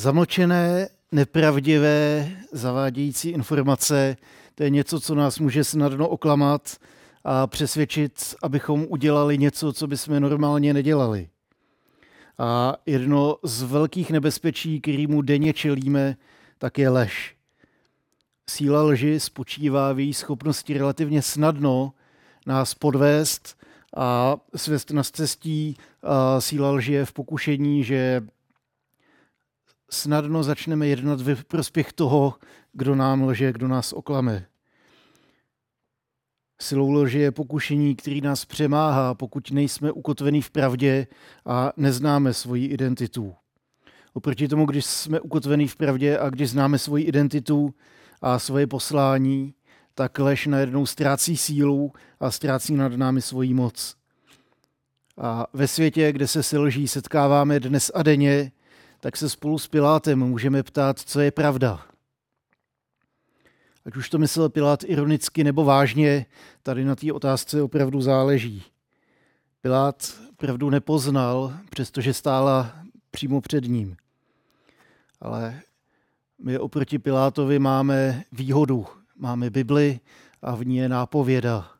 Zamlčené, nepravdivé, zavádějící informace, to je něco, co nás může snadno oklamat a přesvědčit, abychom udělali něco, co bychom normálně nedělali. A jedno z velkých nebezpečí, kterému denně čelíme, tak je lež. Síla lži spočívá v její schopnosti relativně snadno nás podvést a svést na cestí. Síla lži je v pokušení, že snadno začneme jednat ve prospěch toho, kdo nám lže, kdo nás oklame. Silou lži je pokušení, který nás přemáhá, pokud nejsme ukotvení v pravdě a neznáme svoji identitu. Oproti tomu, když jsme ukotvení v pravdě a když známe svoji identitu a svoje poslání, tak lež najednou ztrácí sílu a ztrácí nad námi svoji moc. A ve světě, kde se s lží setkáváme dnes a denně, tak se spolu s Pilátem můžeme ptát, co je pravda. Ať už to myslel Pilát ironicky nebo vážně, tady na té otázce opravdu záleží. Pilát pravdu nepoznal, přestože stála přímo před ním. Ale my oproti Pilátovi máme výhodu. Máme Bibli a v ní je nápověda.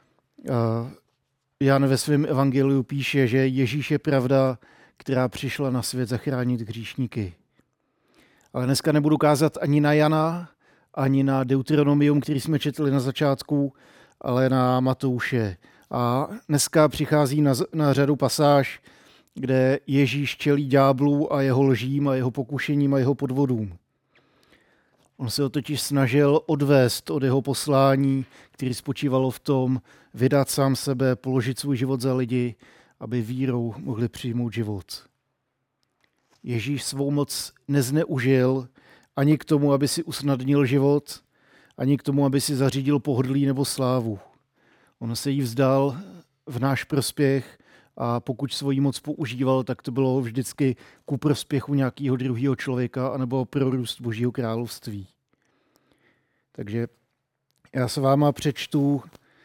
Jan ve svém evangeliu píše, že Ježíš je pravda, která přišla na svět zachránit hříšníky. Ale dneska nebudu kázat ani na Jana, ani na Deuteronomium, který jsme četli na začátku, ale na Matouše. A dneska přichází na řadu pasáž, kde Ježíš čelí ďáblu a jeho lžím a jeho pokušením a jeho podvodům. On se ho totiž snažil odvést od jeho poslání, který spočívalo v tom vydat sám sebe, položit svůj život za lidi, aby vírou mohli přijmout život. Ježíš svou moc nezneužil ani k tomu, aby si usnadnil život, ani k tomu, aby si zařídil pohodlí nebo slávu. On se jí vzdal v náš prospěch a pokud svoji moc používal, tak to bylo vždycky ku prospěchu nějakého druhého člověka anebo pro růst Božího království. Takže já s váma přečtu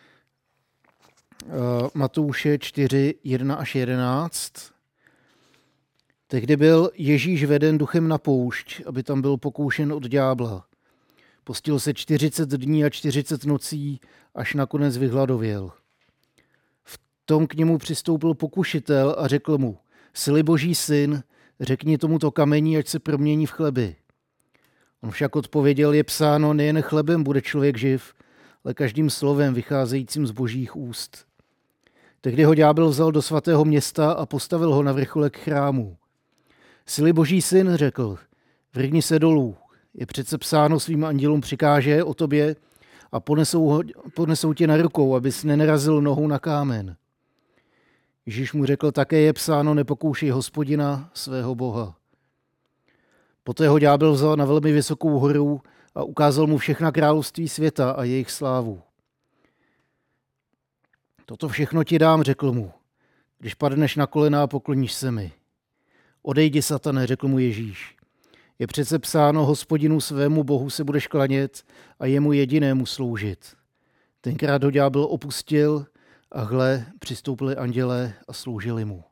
Matouše 4, 1 až 11. Tehdy byl Ježíš veden duchem na poušť, aby tam byl pokoušen od ďábla. Postil se 40 dní a 40 nocí, až nakonec vyhladověl. V tom k němu přistoupil pokušitel a řekl mu: Jsi-li Boží syn, řekni tomuto kamení, ať se promění v chleby. On však odpověděl: je psáno, nejen chlebem bude člověk živ, ale každým slovem vycházejícím z Božích úst. Tehdy ho ďábel vzal do svatého města a postavil ho na vrcholek chrámu. Jsi-li Boží syn, řekl, vrhni se dolů. Je přece psáno, svým andělům přikáže o tobě a ponesou tě na rukou, abys nenarazil nohou na kámen. Ježíš mu řekl, také je psáno, nepokoušej Hospodina, svého Boha. Poté ho ďábel vzal na velmi vysokou horu a ukázal mu všechna království světa a jejich slávu. Toto všechno ti dám, řekl mu, když padneš na kolena a pokloníš se mi. Odejdi, satane, řekl mu Ježíš. Je přece psáno, Hospodinu svému Bohu se budeš klanět a jemu jedinému sloužit. Tenkrát ho ďábel opustil a hle, přistoupili andělé a sloužili mu.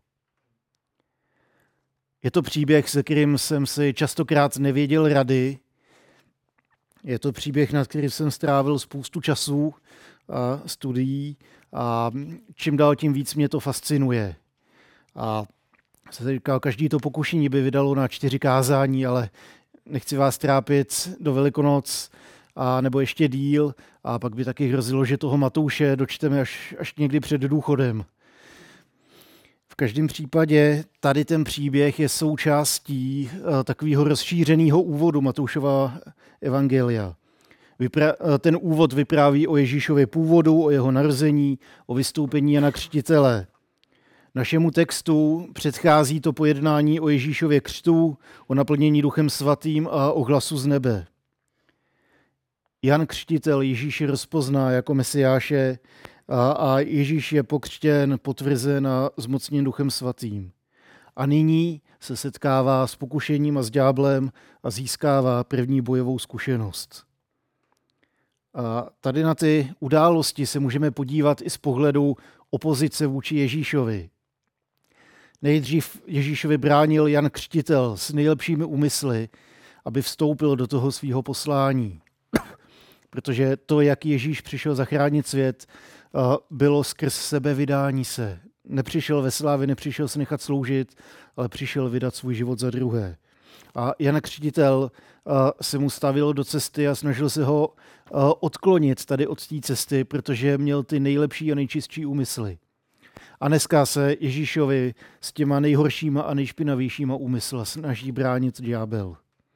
Je to příběh, se kterým jsem si častokrát nevěděl rady. Je to příběh, nad kterým jsem strávil spoustu času a studií a čím dál tím víc mě to fascinuje. A se říkal, každý to pokušení by vydalo na 4 kázání, ale nechci vás trápit do Velikonoc a nebo ještě díl a pak by taky hrozilo, že toho Matouše dočteme až někdy před důchodem. V každém případě tady ten příběh je součástí takového rozšířeného úvodu Matoušova evangelia. Ten úvod vypráví o Ježíšově původu, o jeho narození, o vystoupení Jana Křtitele. Našemu textu předchází to pojednání o Ježíšově křtu, o naplnění Duchem svatým a o hlasu z nebe. Jan Křtitel Ježíše rozpozná jako Mesiáše a Ježíš je pokřtěn, potvrzen a zmocněn Duchem svatým. A nyní se setkává s pokušením a s ďáblem a získává první bojovou zkušenost. A tady na ty události se můžeme podívat i z pohledu opozice vůči Ježíšovi. Nejdřív Ježíšovi bránil Jan Křtitel s nejlepšími úmysly, aby vstoupil do toho svého poslání. Protože to, jak Ježíš přišel zachránit svět, bylo skrz sebevydání se. Nepřišel ve slávě, nepřišel se nechat sloužit, ale přišel vydat svůj život za druhé. A Jan Křtitel se mu stavil do cesty a snažil se ho odklonit tady od té cesty, protože měl ty nejlepší a nejčistší úmysly. A dneska se Ježíšovi s těma nejhoršíma a nejšpinavějšíma úmysly snaží bránit ďábel.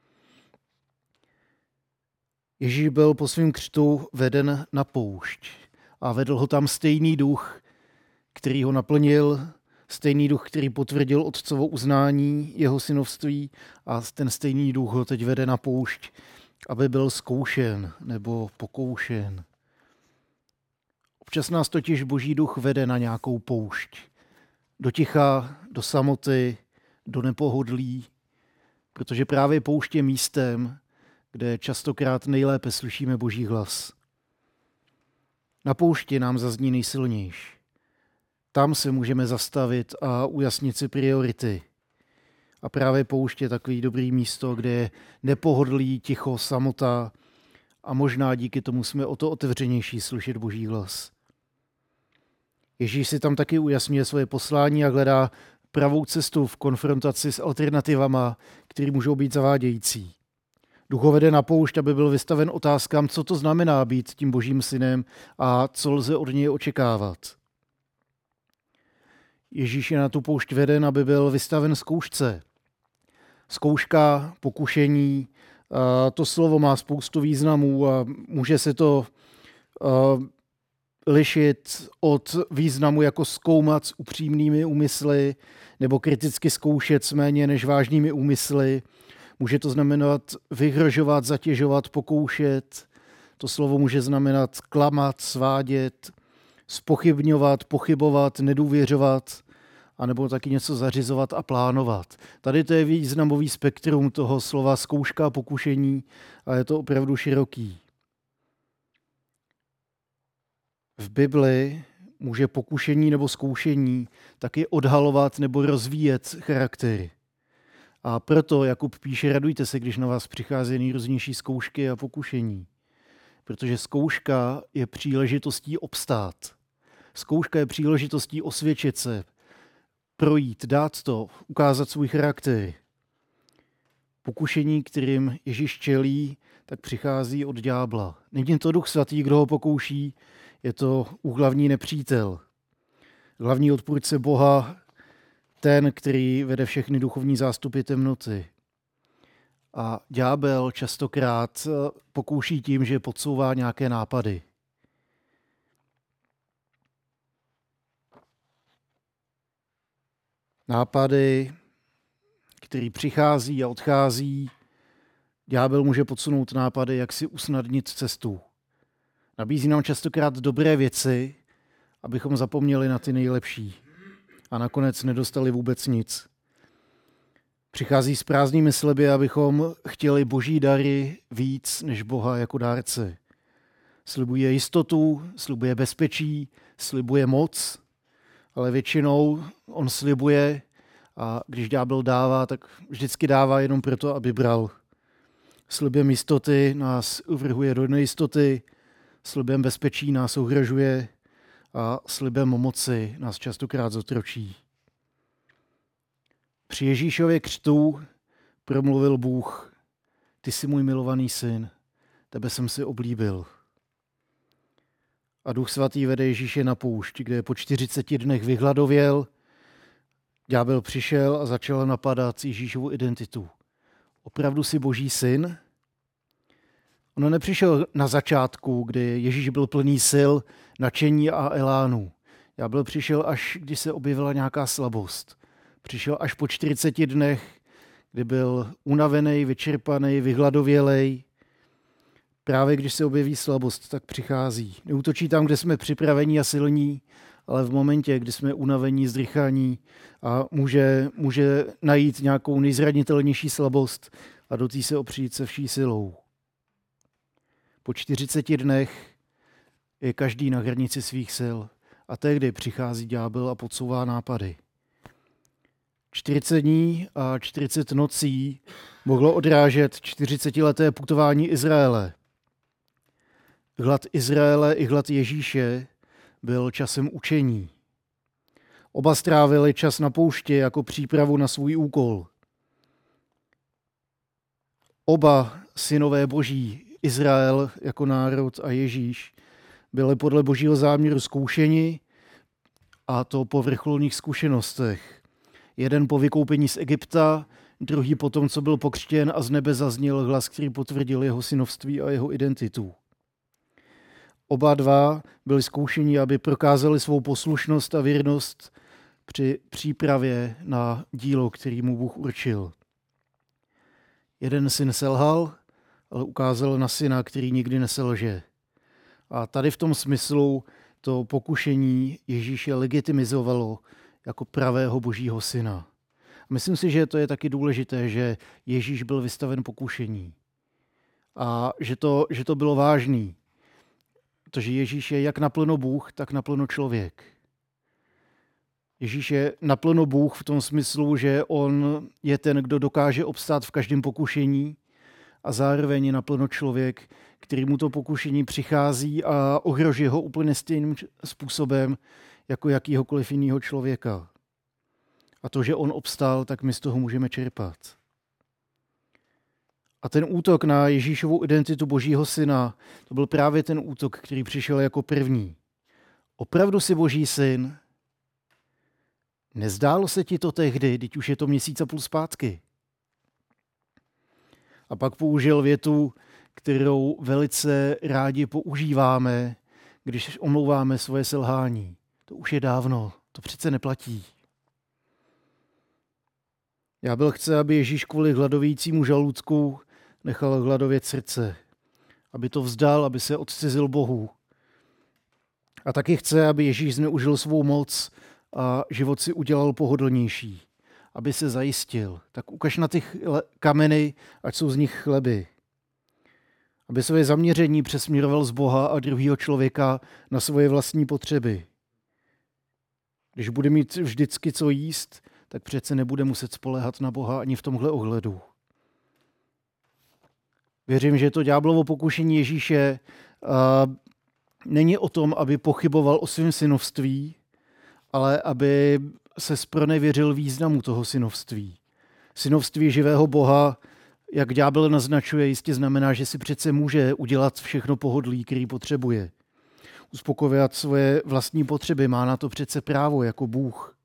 Ježíš byl po svém křtu veden na poušť a vedl ho tam stejný duch, který ho naplnil, stejný duch, který potvrdil otcovo uznání jeho synovství, a ten stejný duch ho teď vede na poušť, aby byl zkoušen nebo pokoušen. Občas nás totiž Boží duch vede na nějakou poušť. Do ticha, do samoty, do nepohodlí, protože právě poušť je místem, kde častokrát nejlépe slyšíme Boží hlas. Na poušti nám zazní nejsilnější. Tam se můžeme zastavit a ujasnit si priority. A právě poušť je takový dobrý místo, kde je nepohodlí, ticho, samota a možná díky tomu jsme o to otevřenější slyšet Boží hlas. Ježíš si tam taky ujasňuje svoje poslání a hledá pravou cestu v konfrontaci s alternativama, které můžou být zavádějící. Duch ho vede na poušť, aby byl vystaven otázkám, co to znamená být tím Božím synem a co lze od něj očekávat. Ježíš je na tu poušť veden, aby byl vystaven zkoušce. Zkouška, pokušení, to slovo má spoustu významů a může se to lišit od významu jako zkoumat s upřímnými úmysly nebo kriticky zkoušet s méně než vážnými úmysly. Může to znamenat vyhrožovat, zatěžovat, pokoušet. To slovo může znamenat klamat, svádět, zpochybňovat, pochybovat, nedůvěřovat, anebo taky něco zařizovat a plánovat. Tady to je významový spektrum toho slova zkouška a pokušení a je to opravdu široký. V Bibli může pokušení nebo zkoušení taky odhalovat nebo rozvíjet charaktery. A proto Jakub píše, radujte se, když na vás přichází nejrůznější zkoušky a pokušení. Protože zkouška je příležitostí obstát. Zkouška je příležitostí osvědčit se, projít, dát to, ukázat svůj charakter. Pokušení, kterým Ježíš čelí, tak přichází od ďábla. Není to Duch Svatý, kdo ho pokouší, je to úhlavní nepřítel. Hlavní odpůrce Boha, ten, který vede všechny duchovní zástupy temnoty. A ďábel častokrát pokouší tím, že podsouvá nějaké nápady. Nápady, který přichází a odchází. Ďábel může podsunout nápady, jak si usnadnit cestu. Nabízí nám častokrát dobré věci, abychom zapomněli na ty nejlepší. A nakonec nedostali vůbec nic. Přichází s prázdnými sliby, abychom chtěli Boží dary víc než Boha jako dárce. Slibuje jistotu, slibuje bezpečí, slibuje moc, ale většinou on slibuje a když ďábel dává, tak vždycky dává jenom proto, aby bral. Slibem jistoty nás uvrhuje do nejistoty, slibem bezpečí nás ohrožuje a slibem moci nás častokrát zotročí. Při Ježíšově křtu promluvil Bůh: Ty jsi můj milovaný syn, tebe jsem si oblíbil. A Duch Svatý vede Ježíše na poušť, kde po 40 dnech vyhladověl. Ďábel přišel a začal napadat Ježíšovu identitu. Opravdu jsi Boží syn? On nepřišel na začátku, kdy Ježíš byl plný sil, nadšení a elánu. Ďábel přišel až, když se objevila nějaká slabost. Přišel až po 40 dnech, kdy byl unavený, vyčerpaný, vyhladovělej. Právě když se objeví slabost, tak přichází. Neútočí tam, kde jsme připravení a silní, ale v momentě, kdy jsme unavení, zdrychaní a může najít nějakou nejzranitelnější slabost a do té se opřít se vší silou. Po 40 dnech je každý na hranici svých sil a tehdy přichází ďábel a podsouvá nápady. 40 dní a 40 nocí mohlo odrážet 40leté putování Izraele. Hlad Izraele i hlad Ježíše byl časem učení. Oba strávili čas na poušti jako přípravu na svůj úkol. Oba synové boží, Izrael jako národ a Ježíš, byli podle božího záměru zkoušeni, a to po vrcholných zkušenostech. Jeden po vykoupení z Egypta, druhý po tom, co byl pokřtěn a z nebe zazněl hlas, který potvrdil jeho synovství a jeho identitu. Oba dva byli zkoušeni, aby prokázali svou poslušnost a věrnost při přípravě na dílo, který mu Bůh určil. Jeden syn selhal, ale ukázal na syna, který nikdy neselže. A tady v tom smyslu to pokušení Ježíše legitimizovalo jako pravého božího syna. Myslím si, že to je taky důležité, že Ježíš byl vystaven pokušení. A že to bylo vážný. Protože Ježíš je jak naplno Bůh, tak naplno člověk. Ježíš je naplno Bůh v tom smyslu, že on je ten, kdo dokáže obstát v každém pokušení, a zároveň je naplno člověk, který mu to pokušení přichází a ohrožuje ho úplně stejným způsobem jako jakýhokoliv jiného člověka. A to, že on obstál, tak my z toho můžeme čerpat. A ten útok na Ježíšovu identitu božího syna, to byl právě ten útok, který přišel jako první. Opravdu jsi boží syn? Nezdálo se ti to tehdy, teď už je to měsíc a půl zpátky. A pak použil větu, kterou velice rádi používáme, když omlouváme svoje selhání. To už je dávno, to přece neplatí. Ďábel chce, aby Ježíš kvůli hladovějícímu žaludku nechal hladovět srdce. Aby to vzdal, aby se odcizil Bohu. A taky chce, aby Ježíš zneužil svou moc a život si udělal pohodlnější. Aby se zajistil. Tak ukaž na ty kameny, ať jsou z nich chleby. Aby své zaměření přesměroval z Boha a druhého člověka na svoje vlastní potřeby. Když bude mít vždycky co jíst, tak přece nebude muset spoléhat na Boha ani v tomhle ohledu. Věřím, že to ďáblovo pokušení Ježíše není o tom, aby pochyboval o svém synovství, ale aby se zpronevěřil významu toho synovství. Synovství živého Boha, jak ďábel naznačuje, jistě znamená, že si přece může udělat všechno pohodlí, který potřebuje. Uspokojovat svoje vlastní potřeby, má na to přece právo jako Bůh.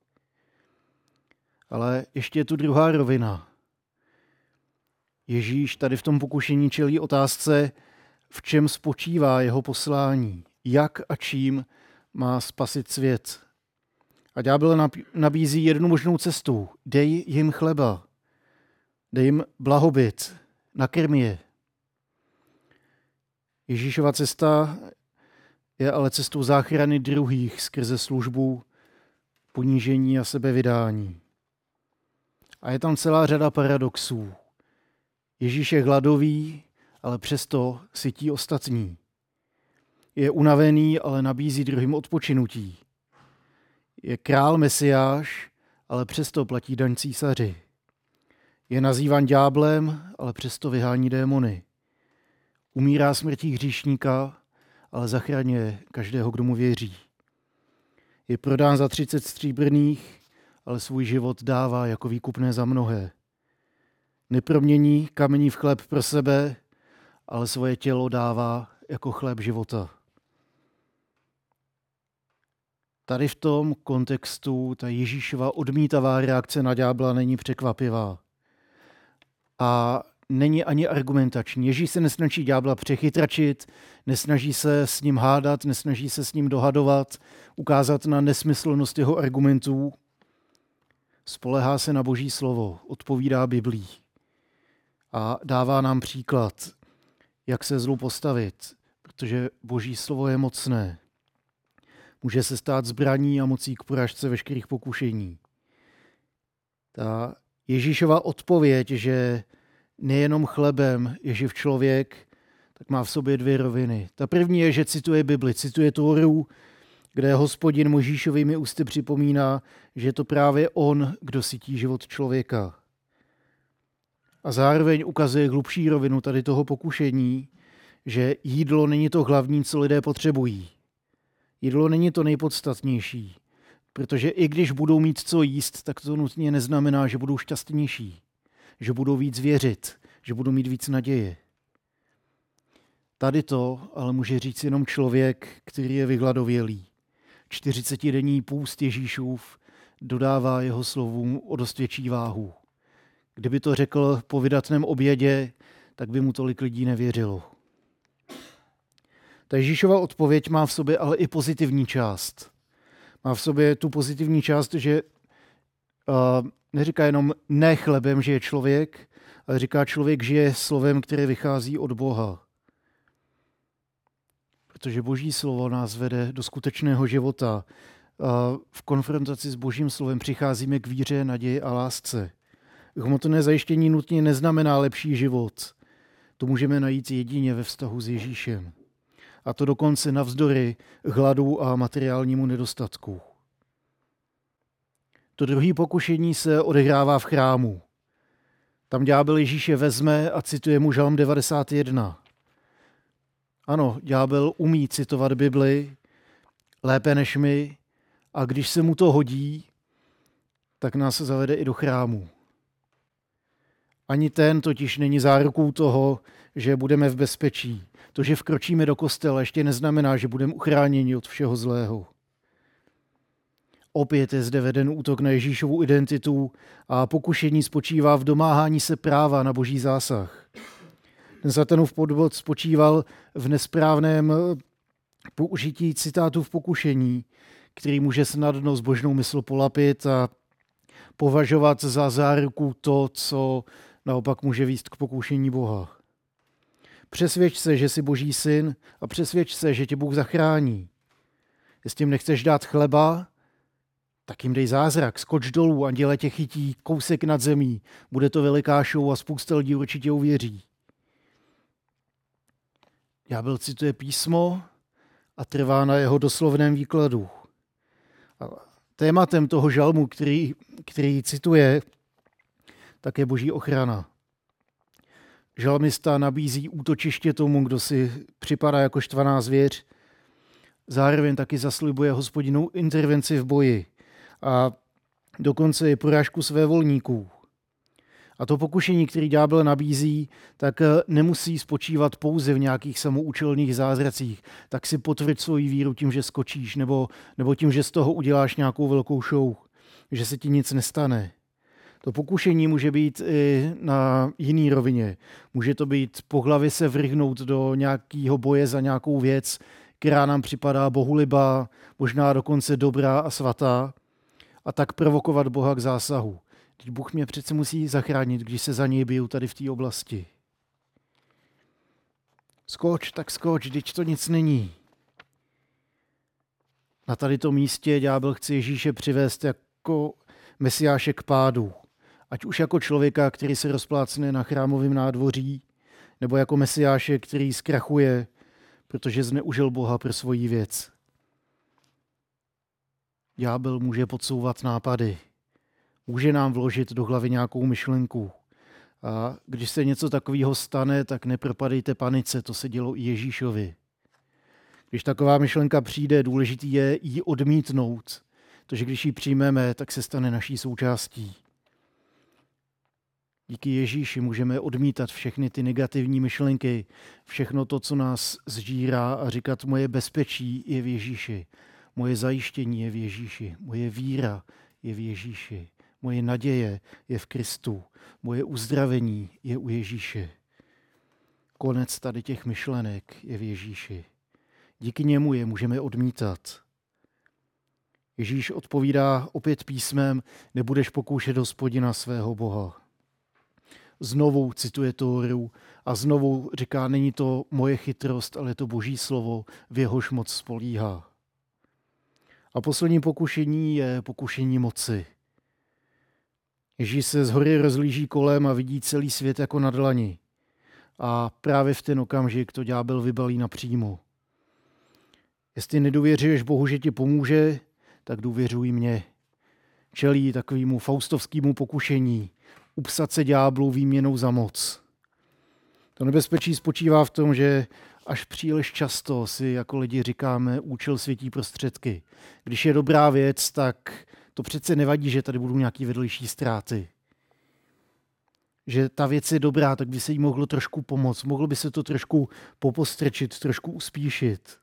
Ale ještě je tu druhá rovina. Ježíš tady v tom pokušení čelí otázce, v čem spočívá jeho poslání, jak a čím má spasit svět. A ďábel nabízí jednu možnou cestu. Dej jim chleba, dej jim blahobyt, nakrm je. Ježíšova cesta je ale cestou záchrany druhých skrze službu, ponížení a sebevydání. A je tam celá řada paradoxů. Ježíš je hladový, ale přesto sytí ostatní. Je unavený, ale nabízí druhým odpočinutí. Je král Mesiáš, ale přesto platí daň císaři. Je nazýván ďáblem, ale přesto vyhání démony. Umírá smrtí hříšníka, ale zachraňuje každého, kdo mu věří. Je prodán za 30 stříbrných, ale svůj život dává jako výkupné za mnohé. Nepromění kamení v chléb pro sebe, ale svoje tělo dává jako chléb života. Tady v tom kontextu ta Ježíšova odmítavá reakce na ďábla není překvapivá. A není ani argumentační. Ježíš se nesnaží ďábla přechytračit, nesnaží se s ním hádat, nesnaží se s ním dohadovat, ukázat na nesmyslnost jeho argumentů. Spolehá se na Boží slovo, odpovídá Biblí a dává nám příklad, jak se zlu postavit, protože Boží slovo je mocné. Může se stát zbraní a mocí k porážce veškerých pokušení. Ta Ježíšova odpověď, že nejenom chlebem je živ člověk, tak má v sobě dvě roviny. Ta první je, že cituje Bibli, cituje Tóru, kde Hospodin Mojžíšovými ústy připomíná, že je to právě on, kdo sytí život člověka. A zároveň ukazuje hlubší rovinu tady toho pokušení, že jídlo není to hlavní, co lidé potřebují. Jídlo není to nejpodstatnější, protože i když budou mít co jíst, tak to nutně neznamená, že budou šťastnější, že budou víc věřit, že budou mít víc naděje. Tady to ale může říct jenom člověk, který je vyhladovělý. 40denní půst Ježíšův dodává jeho slovům o dost větší váhu. Kdyby to řekl po vydatném obědě, tak by mu tolik lidí nevěřilo. Ta Ježíšova odpověď má v sobě ale i pozitivní část. Má v sobě tu pozitivní část, že neříká jenom ne chlebem žije člověk, ale říká člověk žije slovem, které vychází od Boha. Protože Boží slovo nás vede do skutečného života. V konfrontaci s Božím slovem přicházíme k víře, naději a lásce. Hmotné zajištění nutně neznamená lepší život. To můžeme najít jedině ve vztahu s Ježíšem. A to dokonce navzdory hladu a materiálnímu nedostatku. To druhé pokušení se odehrává v chrámu. Tam ďábel Ježíše vezme a cituje mu Žalm 91. Ano, ďábel umí citovat Bibli lépe než my a když se mu to hodí, tak nás zavede i do chrámu. Ani ten totiž není zárukou toho, že budeme v bezpečí. To, že vkročíme do kostela, ještě neznamená, že budeme uchráněni od všeho zlého. Opět je zde veden útok na Ježíšovu identitu a pokušení spočívá v domáhání se práva na Boží zásah. Ten Satanův podvod spočíval v nesprávném použití citátu v pokušení, který může snadno zbožnou mysl polapit a považovat za záruku to, co naopak může vést k pokušení Boha. Přesvědč se, že jsi Boží syn a přesvědč se, že tě Bůh zachrání. Jestli jim nechceš dát chleba, tak jim dej zázrak, skoč dolů, anděle tě chytí kousek nad zemí. Bude to veliká show a spousta lidí určitě uvěří. Ďábel cituje písmo a trvá na jeho doslovném výkladu. A tématem toho žalmu, který cituje, tak je Boží ochrana. Žalmista nabízí útočiště tomu, kdo si připadá jako štvaná zvěř. Zároveň taky zaslibuje Hospodinou intervenci v boji a dokonce i porážku svévolníků. A to pokušení, který ďábel nabízí, tak nemusí spočívat pouze v nějakých samoučelných zázracích. Tak si potvrď svoji víru tím, že skočíš, nebo tím, že z toho uděláš nějakou velkou show, že se ti nic nestane. To pokušení může být i na jiný rovině. Může to být po hlavě se vrhnout do nějakého boje za nějakou věc, která nám připadá bohulibá, možná dokonce dobrá a svatá, a tak provokovat Boha k zásahu. Teď Bůh mě přece musí zachránit, když se za něj biju tady v té oblasti. Skoč, tak skoč, teď to nic není. Na tady tom místě ďábel chce Ježíše přivést jako mesiáše k pádu. Ať už jako člověka, který se rozplácne na chrámovém nádvoří, nebo jako mesiáše, který zkrachuje, protože zneužil Boha pro svoji věc. Ďábel může podsouvat nápady. Může nám vložit do hlavy nějakou myšlenku. A když se něco takového stane, tak nepropadejte panice, to se dělo i Ježíšovi. Když taková myšlenka přijde, důležitý je ji odmítnout. Protože když ji přijmeme, tak se stane naší součástí. Díky Ježíši můžeme odmítat všechny ty negativní myšlenky, všechno to, co nás zžírá a říkat, moje bezpečí je v Ježíši, moje zajištění je v Ježíši, moje víra je v Ježíši, moje naděje je v Kristu, moje uzdravení je u Ježíše. Konec tady těch myšlenek je v Ježíši. Díky němu je můžeme odmítat. Ježíš odpovídá opět písmem, nebudeš pokoušet Hospodina svého Boha. Znovu cituje Tóru a znovu říká, není to moje chytrost, ale je to Boží slovo, v jehož moc spolíhá. A poslední pokušení je pokušení moci. Ježíš se z hory rozlíží kolem a vidí celý svět jako na dlani. A právě v ten okamžik to ďábel vybalí napřímo. Jestli nedůvěřuješ Bohu, že ti pomůže, tak důvěřuj mně. Čelí takovému faustovskému pokušení, upsat se ďáblu výměnou za moc. To nebezpečí spočívá v tom, že až příliš často si jako lidi říkáme účel světí prostředky. Když je dobrá věc, tak to přece nevadí, že tady budou nějaké vedlejší ztráty. Že ta věc je dobrá, tak by se jí mohlo trošku pomoct. Mohlo by se to trošku popostrčit, trošku uspíšit.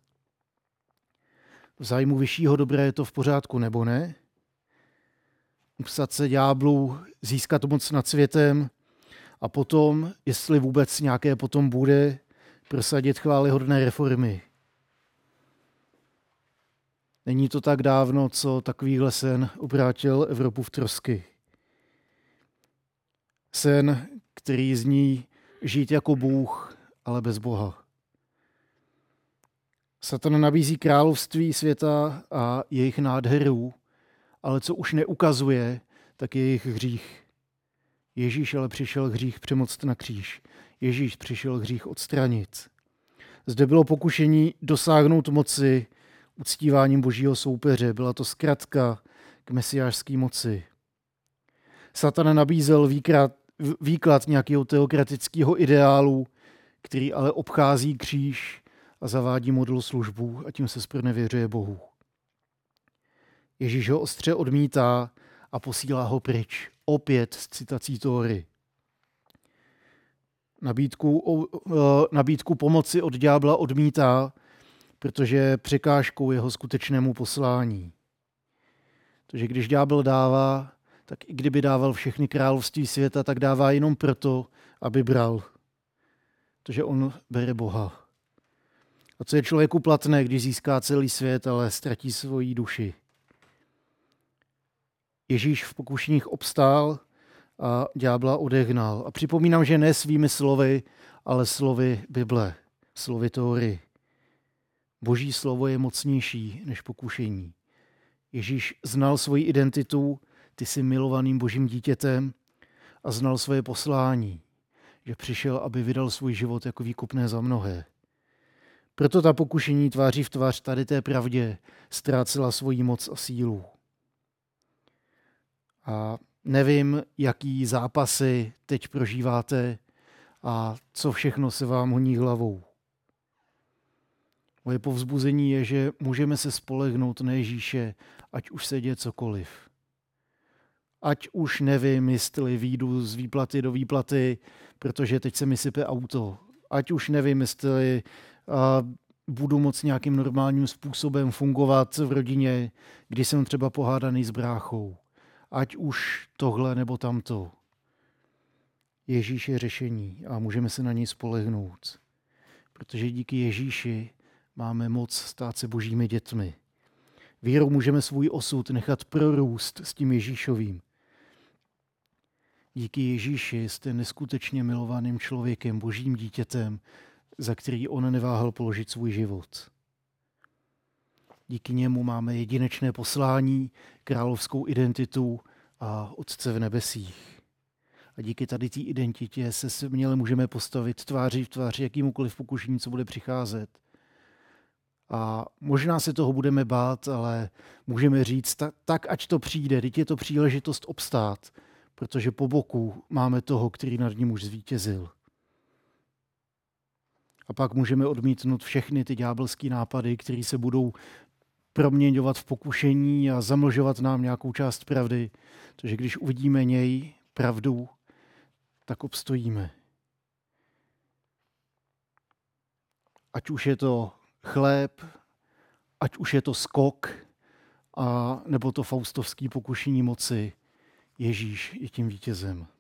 V zájmu vyššího dobra je to v pořádku, nebo ne? Upsat se ďáblu, získat moc nad světem a potom, jestli vůbec nějaké potom bude, prosadit chvályhodné reformy. Není to tak dávno, co takovýhle sen obrátil Evropu v trosky. Sen, který zní žít jako Bůh, ale bez Boha. Satan nabízí království světa a jejich nádherů, ale co už neukazuje, tak je jejich hřích. Ježíš ale přišel hřích přemoct na kříž. Ježíš přišel hřích odstranit. Zde bylo pokušení dosáhnout moci uctíváním božího soupeře. Byla to zkratka k mesiášské moci. Satan nabízel výklad nějakého teokratického ideálu, který ale obchází kříž a zavádí model službu a tím se zpronevěřuje Bohu. Ježíš ho ostře odmítá a posílá ho pryč. Opět s citací Tóry. Nabídku pomoci od ďábla odmítá, protože je překážkou jeho skutečnému poslání. Takže když ďábel dává, tak i kdyby dával všechny království světa, tak dává jenom proto, aby bral. Protože on bere Boha. A co je člověku platné, když získá celý svět, ale ztratí svoji duši? Ježíš v pokušeních obstál a ďábla odehnal. A připomínám, že ne svými slovy, ale slovy Bible, slovy Tóry. Boží slovo je mocnější než pokušení. Ježíš znal svoji identitu, ty jsi milovaným božím dítětem, a znal svoje poslání, že přišel, aby vydal svůj život jako výkupné za mnohé. Proto ta pokušení tváří v tvář tady té pravdě ztrácela svoji moc a sílu. A nevím, jaký zápasy teď prožíváte a co všechno se vám honí hlavou. Moje povzbuzení je, že můžeme se spolehnout na Ježíše, ať už se děje cokoliv. Ať už nevím, jestli vyjdu z výplaty do výplaty, protože teď se mi sype auto. Ať už nevím, jestli budu moct nějakým normálním způsobem fungovat v rodině, když jsem třeba pohádaný s bráchou. Ať už tohle nebo tamto. Ježíš je řešení a můžeme se na něj spolehnout. Protože díky Ježíši máme moc stát se božími dětmi. Vírou můžeme svůj osud nechat prorůst s tím Ježíšovým. Díky Ježíši jste neskutečně milovaným člověkem, božím dítětem, za který on neváhal položit svůj život. Díky němu máme jedinečné poslání, královskou identitu a Otce v nebesích. A díky tady té identitě se směle můžeme postavit tváří v tváři jakýmukoliv pokušení, co bude přicházet. A možná se toho budeme bát, ale můžeme říct, tak ať to přijde, teď je to příležitost obstát, protože po boku máme toho, který nad ním už zvítězil. A pak můžeme odmítnout všechny ty ďábelské nápady, které se budou proměňovat v pokušení a zamlžovat nám nějakou část pravdy. Takže když uvidíme něj, pravdu, tak obstojíme. Ať už je to chléb, ať už je to skok, a nebo to faustovský pokušení moci, Ježíš je tím vítězem.